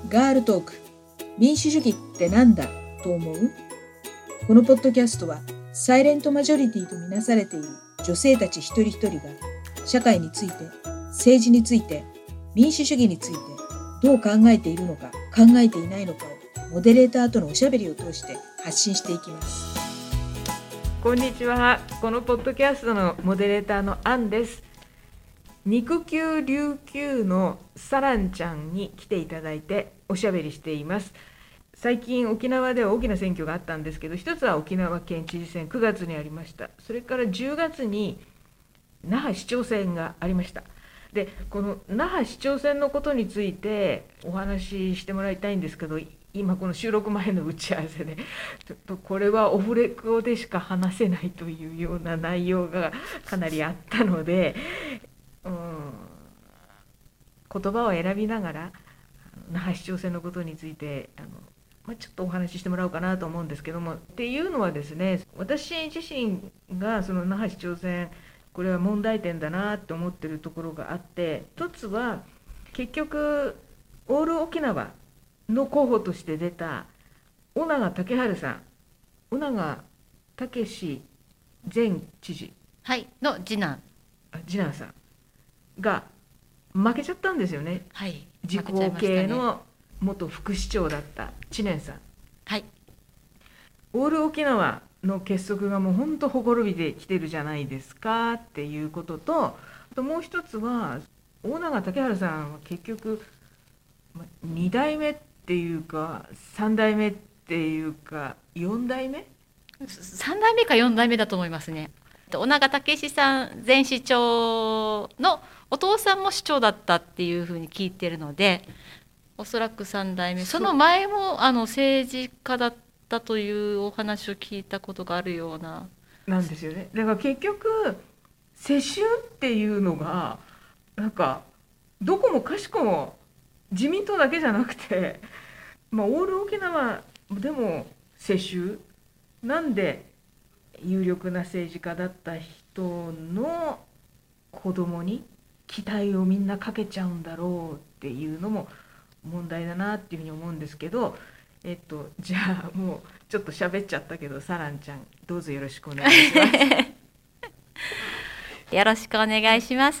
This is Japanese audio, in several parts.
ガールトーク、民主主義ってなんだと思う？このポッドキャストはサイレントマジョリティとみなされている女性たち一人一人が社会について、政治について、民主主義についてどう考えているのか考えていないのかをモデレーターとのおしゃべりを通して発信していきます。 こんにちは。このポッドキャストのモデレーターのアンです。肉球琉球のサランちゃんに来ていただいておしゃべりしています。最近沖縄では大きな選挙があったんですけど、一つは沖縄県知事選9月にありました。それから10月に那覇市長選がありました。で、この那覇市長選のことについてお話ししてもらいたいんですけど、今この収録前の打ち合わせでちょっとこれはオフレコでしか話せないというような内容がかなりあったので、言葉を選びながら那覇市長選のことについてちょっとお話ししてもらおうかなと思うんですけども、っていうのはですね、私自身がその那覇市長選、これは問題点だなと思ってるところがあって、一つは結局オール沖縄の候補として出た尾長竹春さん、尾長武史前知事、 の次男さんが負けちゃったんですよね。自公系の元副市長だった知念さん。オール沖縄の結束がもう本当ほころびてきてるじゃないですかっていうことと、あともう一つは大永竹春さんは結局2代目っていうか3代目っていうか4代目 3代目か4代目だと思いますね。尾長武史さん前市長のお父さんも市長だったっていうふうに聞いてるので、おそらく3代目、その前も政治家だったというお話を聞いたことがあるようなんですよね。だから結局世襲っていうのがなんかどこもかしこも自民党だけじゃなくて、オール沖縄でも世襲なんで有力な政治家だった人の子供に期待をみんなかけちゃうんだろうっていうのも問題だなっていうふうに思うんですけど、じゃあもうちょっと喋っちゃったけど、サランちゃんどうぞよろしくお願いしますよろしくお願いします。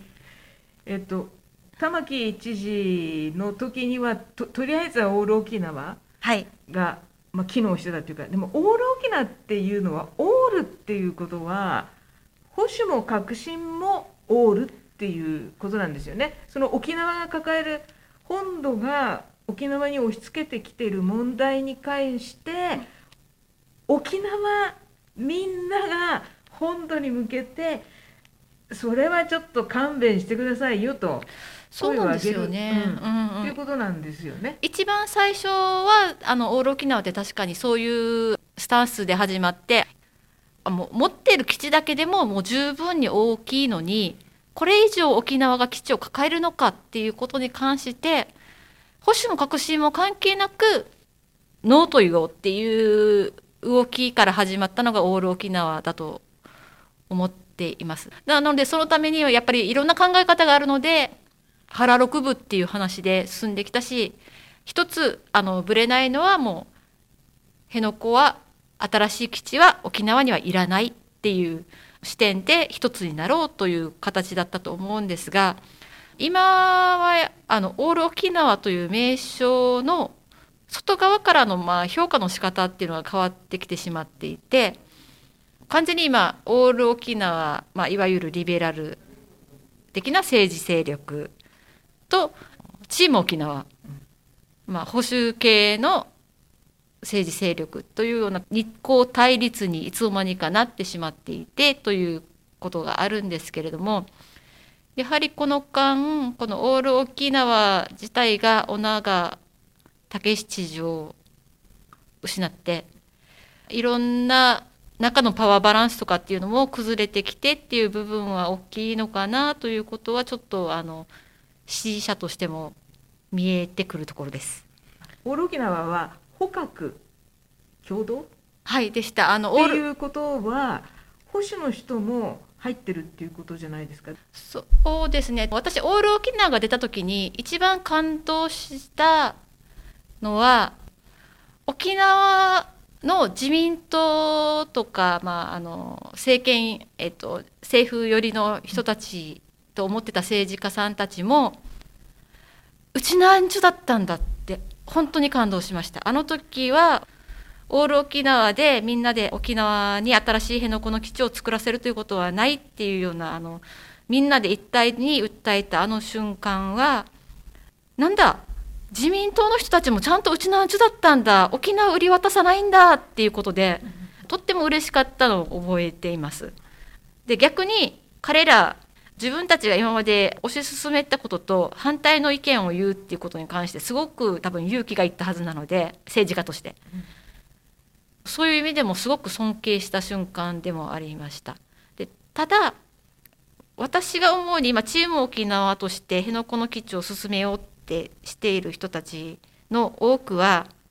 玉城知事の時には とりあえずはオール沖縄が、機能してたというか、でもオール沖縄っていうのは、オールっていうことは保守も革新もオールっていうことなんですよね。その沖縄が抱える本土が沖縄に押し付けてきている問題に関して、沖縄みんなが本土に向けてそれはちょっと勘弁してくださいよと、 そうなんですよね、 っていうことなんですよね。 一番最初はオール沖縄って確かにそういうスタンスで始まって、もう持っている基地だけでももう十分に大きいのに、これ以上沖縄が基地を抱えるのかっていうことに関して保守も革新も関係なくノーと言おうっていう動きから始まったのがオール沖縄だと思っています。なのでそのためにはやっぱりいろんな考え方があるので、原6部っていう話で進んできたし、一つぶれないのはもう辺野古は新しい基地は沖縄にはいらないっていう視点で一つになろうという形だったと思うんですが、今はオール沖縄という名称の外側からの評価の仕方っていうのが変わってきてしまっていて、完全に今オール沖縄、いわゆるリベラル的な政治勢力とチーム沖縄、保守系の政治勢力というような日光対立にいつの間にかなってしまっていてということがあるんですけれども、やはりこの間このオール沖縄自体が尾長武史知事を失って、いろんな中のパワーバランスとかっていうのも崩れてきてっていう部分は大きいのかなということはちょっと支持者としても見えてくるところです。 オール沖縄は保革共同でした。 っていうことは保守の人も入ってるっていうことじゃないですか。 そうですね。私オール沖縄が出た時に一番感動したのは、沖縄の自民党とか、政権、政府寄りの人たちと思ってた政治家さんたちもうちなんちゅだったんだって本当に感動しました。あの時はオール沖縄でみんなで沖縄に新しい辺野古の基地を作らせるということはないっていうようなみんなで一体に訴えたあの瞬間は、なんだ自民党の人たちもちゃんとうちなんちゅだったんだ、沖縄売り渡さないんだっていうことで、とっても嬉しかったのを覚えています。で逆に彼ら自分たちが今まで推し進めたことと反対の意見を言うっていうことに関してすごく多分勇気がいったはずなので、政治家として、そういう意味でもすごく尊敬した瞬間でもありました。でただ私が思うに今チーム沖縄として辺野古の基地を進めようってしている人たちの多く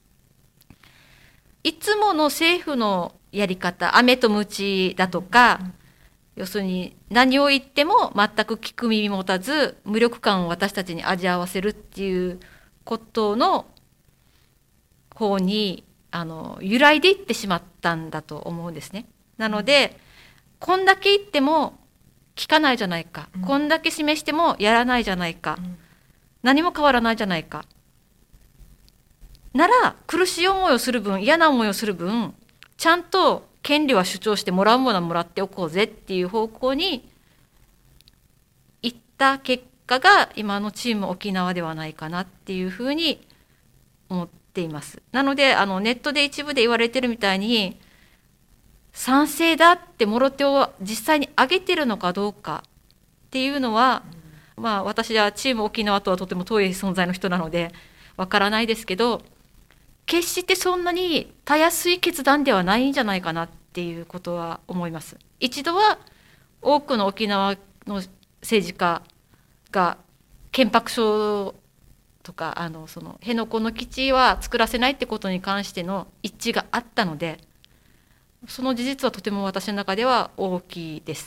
はいつもの政府のやり方、飴と鞭だとか、要するに何を言っても全く聞く耳持たず無力感を私たちに味わわせるっていうことの方に揺らいでいってしまったんだと思うんですね。なのでこんだけ言っても聞かないじゃないか、こんだけ示してもやらないじゃないか、何も変わらないじゃないか、なら苦しい思いをする分、嫌な思いをする分、ちゃんと権利は主張してもらうものはもらっておこうぜっていう方向にいった結果が今のチーム沖縄ではないかなっていうふうに思っています。なのでネットで一部で言われてるみたいに賛成だってもろ手を実際に上げてるのかどうかっていうのは、私はチーム沖縄とはとても遠い存在の人なのでわからないですけど、決してそんなにたやすい決断ではないんじゃないかなっていうことは思います。一度は多くの沖縄の政治家が憲白書とかその辺野古の基地は作らせないってことに関しての一致があったので、その事実はとても私の中では大きいです。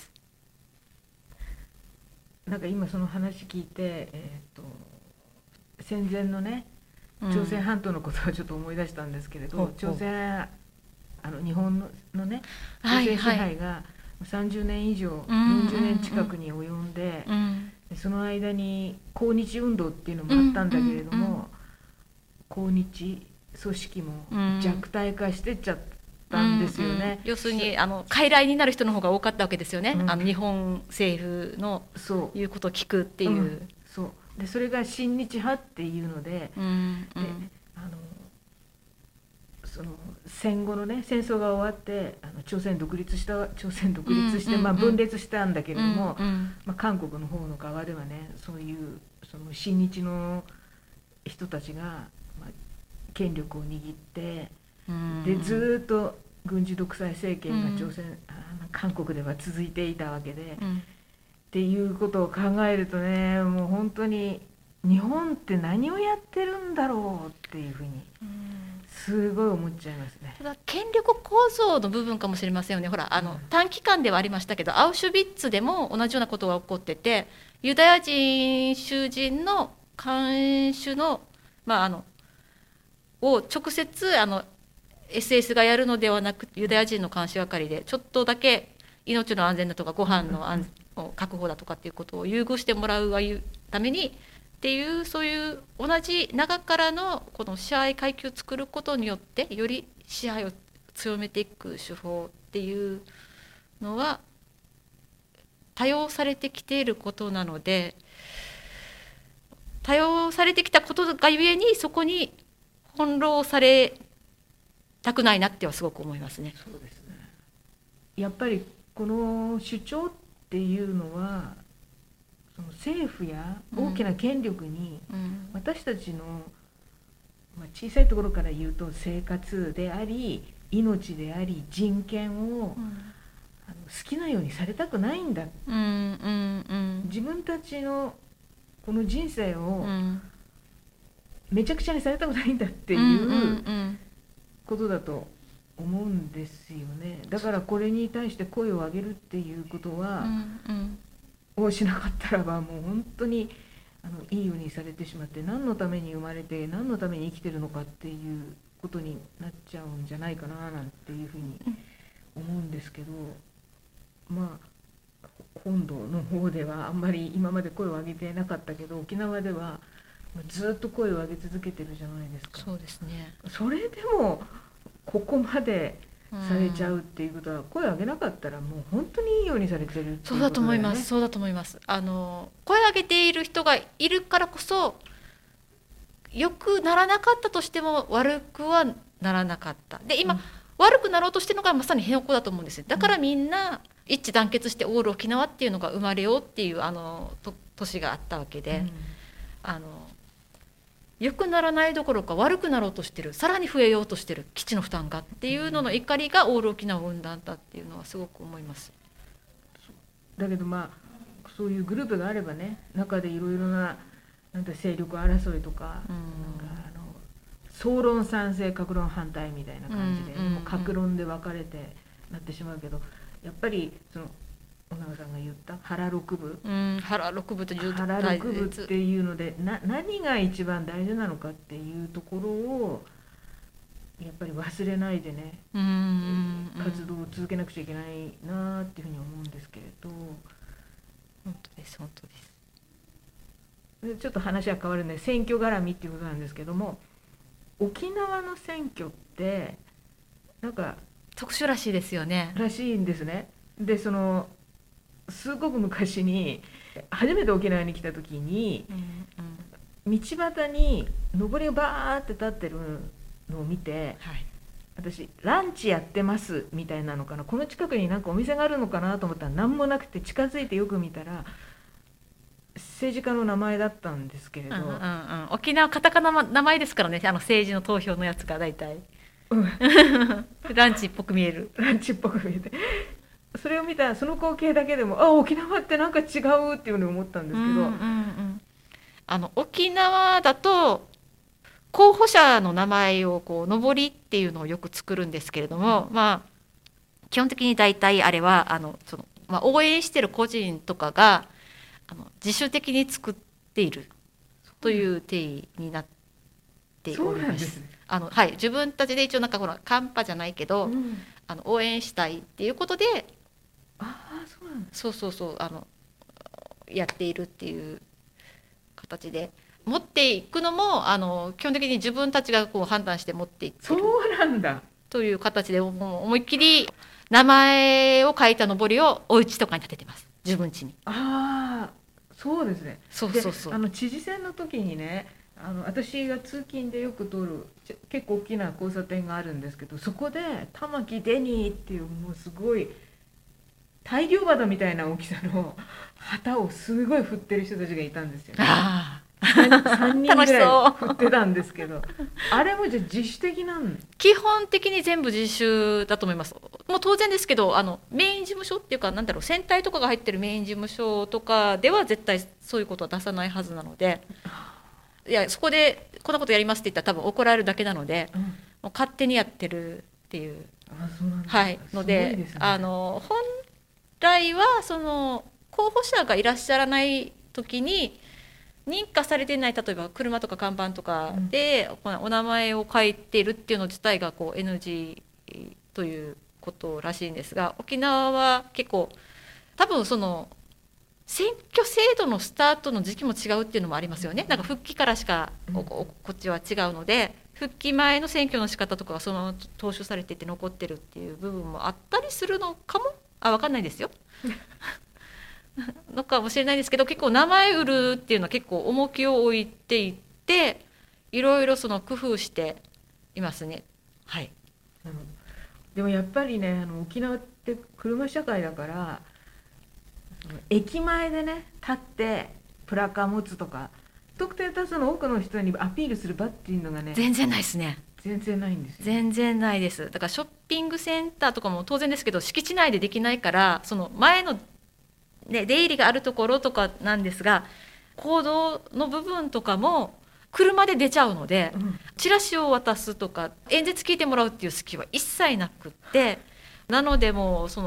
なんか今その話聞いて、戦前のね朝鮮半島のことをちょっと思い出したんですけれど、朝鮮日本のね朝鮮支配が30年以上、40年近くに及んで、その間に抗日運動っていうのもあったんだけれども、抗日組織も弱体化してっちゃったんですよね。 要するに傀儡になる人の方が多かったわけですよね、日本政府の言うことを聞くっていう、 そうでそれが親日派っていうので、その戦後のね戦争が終わって朝鮮独立して、分裂したんだけれども、韓国の方の側ではねそういうその親日の人たちが、権力を握って、でずっと軍事独裁政権が韓国では続いていたわけで、っていうことを考えるとね、もう本当に日本って何をやってるんだろうっていうふうにすごい思っちゃいますね。 ただ権力構造の部分かもしれませんよね。ほら短期間ではありましたけど、アウシュビッツでも同じようなことが起こってて、ユダヤ人囚人の看守の、を直接SS がやるのではなく、ユダヤ人の監視係でちょっとだけ命の安全だとかご飯の確保だとかっていうことを優遇してもらうためにっていう、そういう同じ長からのこの支配階級を作ることによってより支配を強めていく手法っていうのは多用されてきていることなので、多用されてきたことがゆえにそこに翻弄されたくないなってはすごく思いますね。 そうですね。やっぱりこの主張っていうのはその政府や大きな権力に私たちの、小さいところから言うと生活であり命であり人権を、好きなようにされたくないんだ、自分たちのこの人生をめちゃくちゃにされたくないんだっていうことだと思うんですよね。だからこれに対して声を上げるっていうことは、をしなかったらばもう本当にいいようにされてしまって、何のために生まれて何のために生きてるのかっていうことになっちゃうんじゃないかななんていうふうに思うんですけど、まあ本土の方ではあんまり今まで声を上げてなかったけど、沖縄ではずっと声を上げ続けてるじゃないですか。 そうですね。 それでもここまでされちゃうっていうことは、声を上げなかったらもう本当にいいようにされてるっていうことだよね。 そうだと思います。そうだと思います。声上げている人がいるからこそ、良くならなかったとしても悪くはならなかった。で今、悪くなろうとしてるのがまさに辺野古だと思うんですよ。だからみんな一致団結してオール沖縄っていうのが生まれようっていう年があったわけで、良くならないどころか悪くなろうとしてる、さらに増えようとしてる基地の負担がっていうのの怒りがオール沖縄を生んだんだっていうのはすごく思います。 だけどそういうグループがあればね、中でいろいろな勢力争いとか、総論賛成各論反対みたいな感じで、もう各論で分かれてなってしまうけど、やっぱり小永さんが言った腹六分、 腹六分と腹六分っていうので何が一番大事なのかっていうところをやっぱり忘れないでね、活動を続けなくちゃいけないなっていうふうに思うんですけれど。 本当です、本当です。ちょっと話は変わるんで選挙絡みっていうことなんですけども、沖縄の選挙ってなんか特殊らしいですよね。 らしいんですね。ですごく昔に初めて沖縄に来た時に、道端にのぼりがバーって立ってるのを見て、私ランチやってますみたいなのかな、この近くになんかお店があるのかなと思ったら何もなくて、近づいてよく見たら政治家の名前だったんですけれど、 沖縄カタカナ名前ですからね、政治の投票のやつが大体、ランチっぽく見える。 ランチっぽく見えて、それを見たその光景だけでも沖縄ってなんか違うっていうのを思ったんですけど、 沖縄だと候補者の名前を上りっていうのをよく作るんですけれども、基本的に大体あれは応援してる個人とかが自主的に作っているという定義になっております。自分たちで一応カンパじゃないけど、応援したいっていうことで、やっているっていう形で持っていくのも基本的に自分たちが判断して持っていってる。 そうなんだという形で思いっきり名前を書いたのぼりをお家とかに立ててます、自分家に。 そうですね。 そう知事選の時にね、私が通勤でよく通る結構大きな交差点があるんですけど、そこで玉城デニーっていうもうすごい大漁旗みたいな大きさの旗をすごい振ってる人たちがいたんですよね。3人ぐらい振ってたんですけど、あれもじゃあ自主的なん？ 基本的に全部自主だと思います。もう当然ですけど、メイン事務所っていうか選対とかが入ってるメイン事務所とかでは絶対そういうことは出さないはずなので、いやそこでこんなことやりますって言ったら多分怒られるだけなので、もう勝手にやってるっていう。ので、本来は候補者がいらっしゃらない時に認可されていない、例えば車とか看板とかでお名前を書いているっていうの自体がNG ということらしいんですが、沖縄は結構多分選挙制度のスタートの時期も違うっていうのもありますよね。復帰からしかこっちは違うので、復帰前の選挙の仕方とかがそのまま踏襲されていて残ってるっていう部分もあったりするのかも、分かんないですよのかもしれないですけど、結構名前売るっていうのは結構重きを置いていて、いろいろ工夫していますね。 でもやっぱりね、沖縄って車社会だから、駅前でね立ってプラカー持つとか、特定多数の多くの人にアピールする場っていうのがね、 全然ないですね。 全然ないんですよ。 全然ないです。だからショッピングセンターとかも当然ですけど、敷地内でできないから、前の出入りがあるところとかなんですが、公道の部分とかも車で出ちゃうので、 うんチラシを渡すとか演説聞いてもらうっていう隙は一切なくって、なのでもう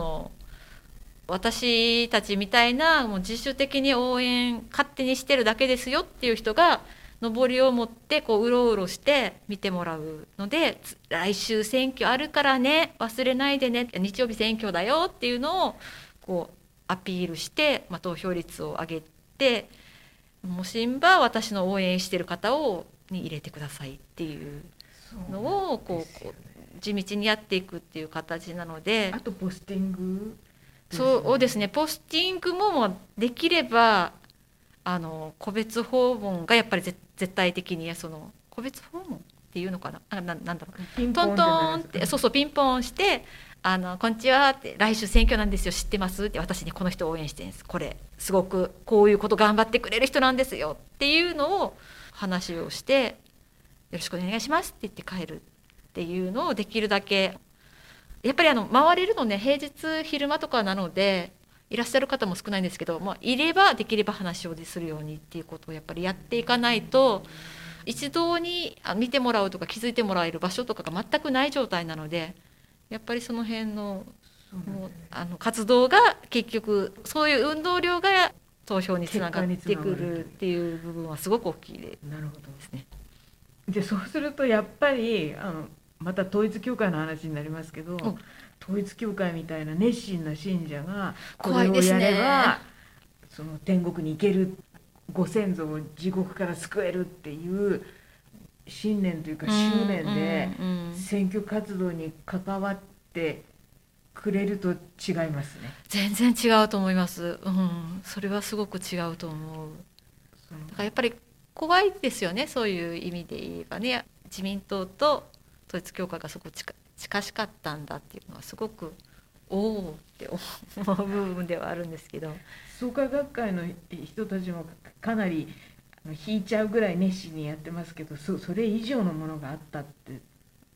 私たちみたいなもう自主的に応援勝手にしてるだけですよっていう人が上りを持ってこううろうろして見てもらうので、来週選挙あるからね忘れないでね、日曜日選挙だよっていうのをこうアピールして、投票率を上げて、もしんば私の応援してる方に入れてくださいっていうのをこう地道にやっていくっていう形なので、 あとポスティング、 そうですね、ポスティングもできれば個別訪問がやっぱり絶対的に個別訪問っていうのかな、なんだろう、 ピンポントントンってそうピンポンしてこんにちはって来週選挙なんですよ知ってますって私にこの人応援してるんです、これすごくこういうこと頑張ってくれる人なんですよっていうのを話をしてよろしくお願いしますって言って帰るっていうのをできるだけやっぱり回れるのね平日昼間とかなのでいらっしゃる方も少ないんですけど、いればできれば話をするようにっていうことをやっぱりやっていかないと一堂に見てもらうとか気づいてもらえる場所とかが全くない状態なので、やっぱりその辺のもう活動が結局そういう運動量が投票につながってくるっていう部分はすごく大きいですね。 なるほどですね。でそうするとやっぱりまた統一教会の話になりますけど、統一教会みたいな熱心な信者がこれをやればその天国に行ける、ご先祖を地獄から救えるっていう信念というか執念で選挙活動に関わってくれると違いますね。 全然違うと思います、それはすごく違うと思う。だからやっぱり怖いですよね、そういう意味で言えばね。自民党と統一教会がそこ近しかったんだっていうのはすごくおおって思う部分ではあるんですけど、 創価学会の人たちもかなり引いちゃうぐらい熱心にやってますけど、それ以上のものがあったって、ね、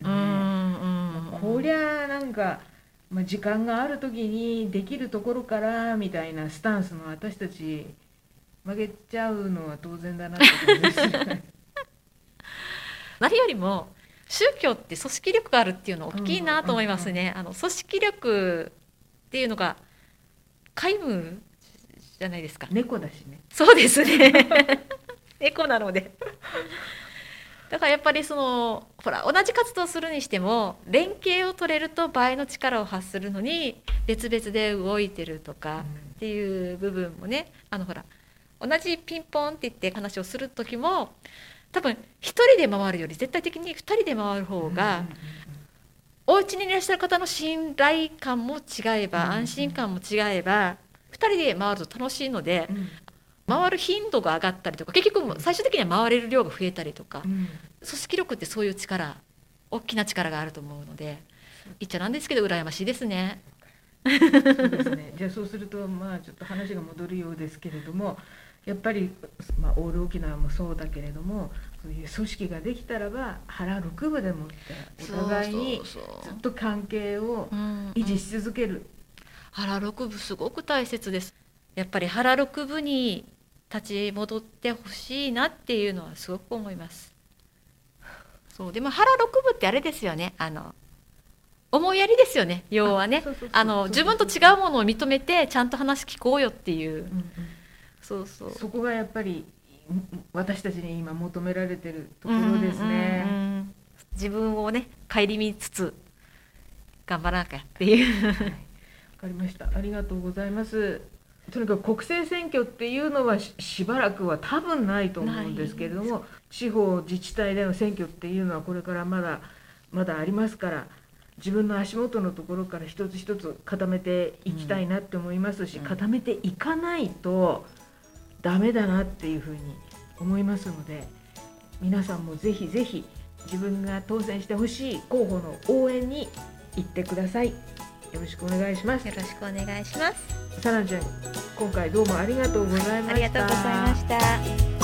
こりゃなんか、時間がある時にできるところからみたいなスタンスの私たち負けちゃうのは当然だなって感じですね。 何よりも宗教って組織力があるっていうのは大きいなと思いますね。組織力っていうのが皆無じゃないですか。 猫だしね。 そうですね。猫なので。だからやっぱりほら同じ活動するにしても連携を取れると倍の力を発するのに別々で動いてるとかっていう部分もね、ほら同じピンポンって言って話をする時も多分1人で回るより絶対的に2人で回る方がお家にいらっしゃる方の信頼感も違えば安心感も違えば2人で回ると楽しいので回る頻度が上がったりとか結局最終的には回れる量が増えたりとか組織力ってそういう力大きな力があると思うので言っちゃなんですけど羨ましいですね。 そうですね。じゃあそうするとちょっと話が戻るようですけれども、やっぱり、オール沖縄もそうだけれどもそういう組織ができたらば腹六分でもってお互いにずっと関係を維持し続ける。 腹六分すごく大切です。やっぱり腹六分に立ち戻ってほしいなっていうのはすごく思います。そうでも腹六分ってあれですよね、思いやりですよね、要はね。自分と違うものを認めてちゃんと話聞こうよっていう、 そこがやっぱり私たちに今求められてるところですね。 自分をね顧みつつ頑張らなきゃっていう。 わかりました。ありがとうございます。とにかく国政選挙っていうのはしばらくは多分ないと思うんですけれども、地方自治体での選挙っていうのはこれからまだありますから、自分の足元のところから一つ一つ固めていきたいなって思いますし、固めていかないとダメだなっていうふうに思いますので、皆さんもぜひぜひ自分が当選してほしい候補の応援に行ってください。よろしくお願いします。 よろしくお願いします。 さなちゃん、今回どうもありがとうございました。 ありがとうございました。